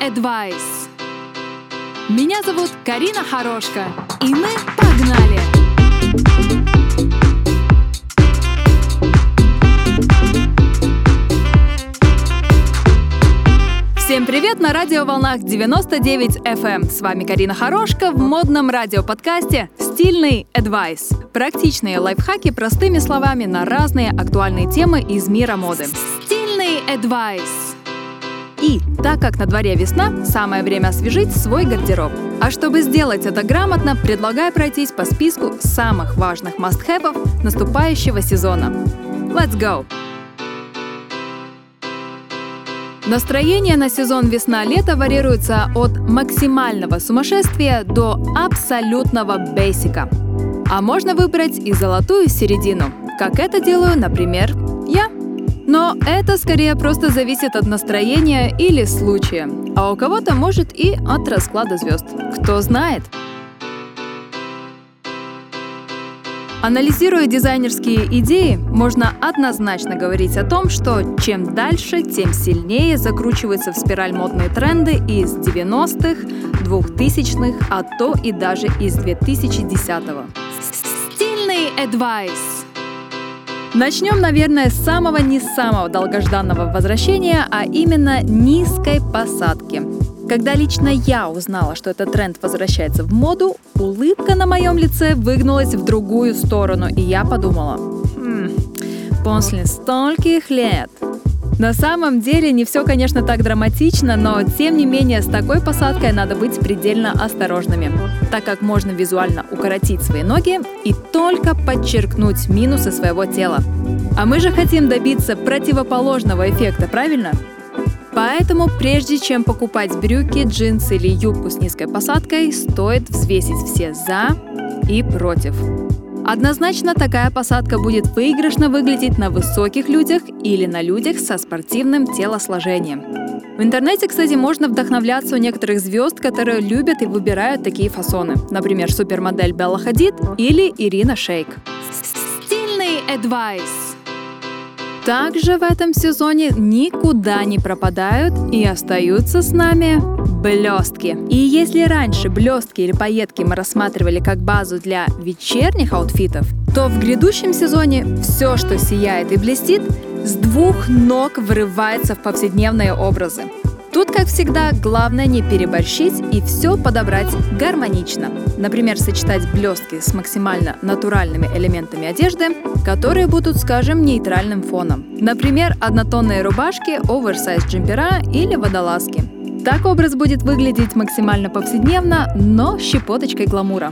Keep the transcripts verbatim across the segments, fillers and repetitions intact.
Advice. Меня зовут Карина Хорошка, и мы погнали! Всем привет на радиоволнах девяносто девять эф эм. С вами Карина Хорошка в модном радиоподкасте «Стильный Advice». Практичные лайфхаки простыми словами на разные актуальные темы из мира моды. «Стильный Advice». И, так как на дворе весна, самое время освежить свой гардероб. А чтобы сделать это грамотно, предлагаю пройтись по списку самых важных must-have'ов наступающего сезона. Let's go! Настроение на сезон весна-лето варьируется от максимального сумасшествия до абсолютного бейсика. А можно выбрать и золотую середину, как это делаю, например, я. Но это скорее просто зависит от настроения или случая, а у кого-то может и от расклада звезд. Кто знает? Анализируя дизайнерские идеи, можно однозначно говорить о том, что чем дальше, тем сильнее закручиваются в спираль модные тренды из девяностых, двухтысячных, а то и даже из две тысячи десятого. Стильный Advice. Начнем, наверное, с самого не самого долгожданного возвращения, а именно низкой посадки. Когда лично я узнала, что этот тренд возвращается в моду, улыбка на моем лице выгнулась в другую сторону, и я подумала, хм, после стольких лет. На самом деле не все, конечно, так драматично, но тем не менее с такой посадкой надо быть предельно осторожными, так как можно визуально укоротить свои ноги и только подчеркнуть минусы своего тела. А мы же хотим добиться противоположного эффекта, правильно? Поэтому прежде чем покупать брюки, джинсы или юбку с низкой посадкой, стоит взвесить все «за» и «против». Однозначно такая посадка будет выигрышно выглядеть на высоких людях или на людях со спортивным телосложением. В интернете, кстати, можно вдохновляться у некоторых звезд, которые любят и выбирают такие фасоны. Например, супермодель Белла Хадид или Ирина Шейк. Стильный Advice. Также в этом сезоне никуда не пропадают и остаются с нами блестки. И если раньше блестки или пайетки мы рассматривали как базу для вечерних аутфитов, то в грядущем сезоне все, что сияет и блестит, с двух ног врывается в повседневные образы. Тут, как всегда, главное не переборщить и все подобрать гармонично. Например, сочетать блестки с максимально натуральными элементами одежды, которые будут, скажем, нейтральным фоном. Например, однотонные рубашки, оверсайз джемпера или водолазки. Так образ будет выглядеть максимально повседневно, но с щепоточкой гламура.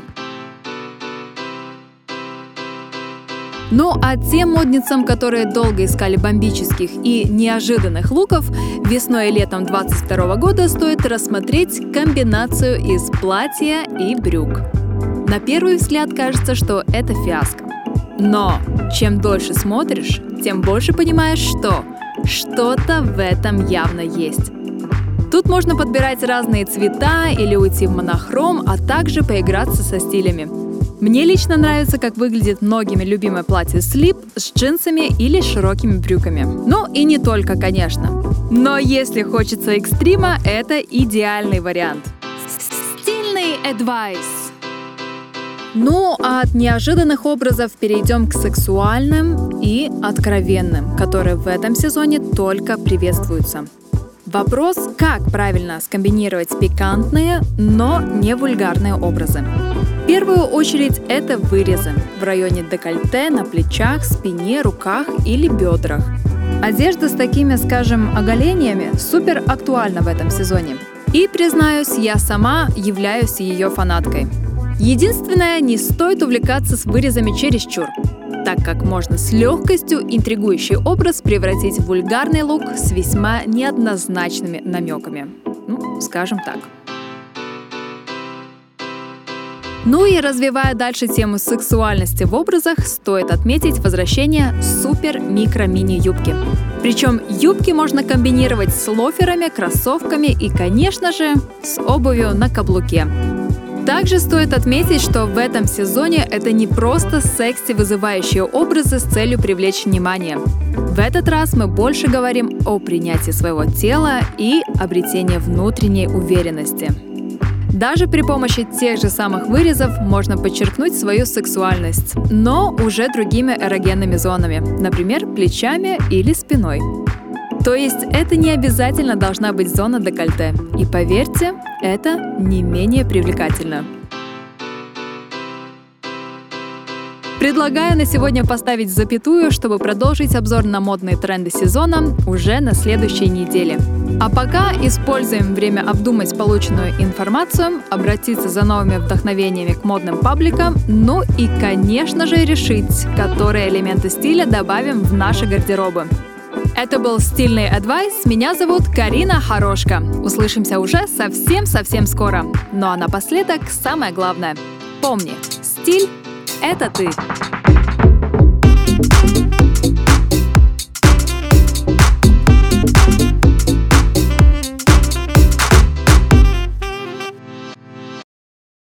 Ну а тем модницам, которые долго искали бомбических и неожиданных луков, весной и летом двадцать второго года стоит рассмотреть комбинацию из платья и брюк. На первый взгляд кажется, что это фиаско. Но чем дольше смотришь, тем больше понимаешь, что что-то в этом явно есть. Тут можно подбирать разные цвета или уйти в монохром, а также поиграться со стилями. Мне лично нравится, как выглядит многими любимое платье слип с джинсами или широкими брюками. Ну и не только, конечно. Но если хочется экстрима, это идеальный вариант. Стильный Advice. Ну, а от неожиданных образов перейдем к сексуальным и откровенным, которые в этом сезоне только приветствуются. Вопрос, как правильно скомбинировать пикантные, но не вульгарные образы. В первую очередь это вырезы в районе декольте, на плечах, спине, руках или бедрах. Одежда с такими, скажем, оголениями супер актуальна в этом сезоне. И, признаюсь, я сама являюсь ее фанаткой. Единственное, не стоит увлекаться с вырезами чересчур, так как можно с легкостью интригующий образ превратить в вульгарный лук с весьма неоднозначными намеками. Ну, скажем так. Ну и развивая дальше тему сексуальности в образах, стоит отметить возвращение супер-микро-мини-юбки. Причем юбки можно комбинировать с лоферами, кроссовками и, конечно же, с обувью на каблуке. Также стоит отметить, что в этом сезоне это не просто секси-вызывающие образы с целью привлечь внимание. В этот раз мы больше говорим о принятии своего тела и обретении внутренней уверенности. Даже при помощи тех же самых вырезов можно подчеркнуть свою сексуальность, но уже другими эрогенными зонами, например, плечами или спиной. То есть это не обязательно должна быть зона декольте. И поверьте, это не менее привлекательно. Предлагаю на сегодня поставить запятую, чтобы продолжить обзор на модные тренды сезона уже на следующей неделе. А пока используем время обдумать полученную информацию, обратиться за новыми вдохновениями к модным пабликам, ну и, конечно же, решить, которые элементы стиля добавим в наши гардеробы. Это был «Стильный адвайс». Меня зовут Карина Хорошка. Услышимся уже совсем-совсем скоро. Ну а напоследок самое главное. Помни, стиль — это ты.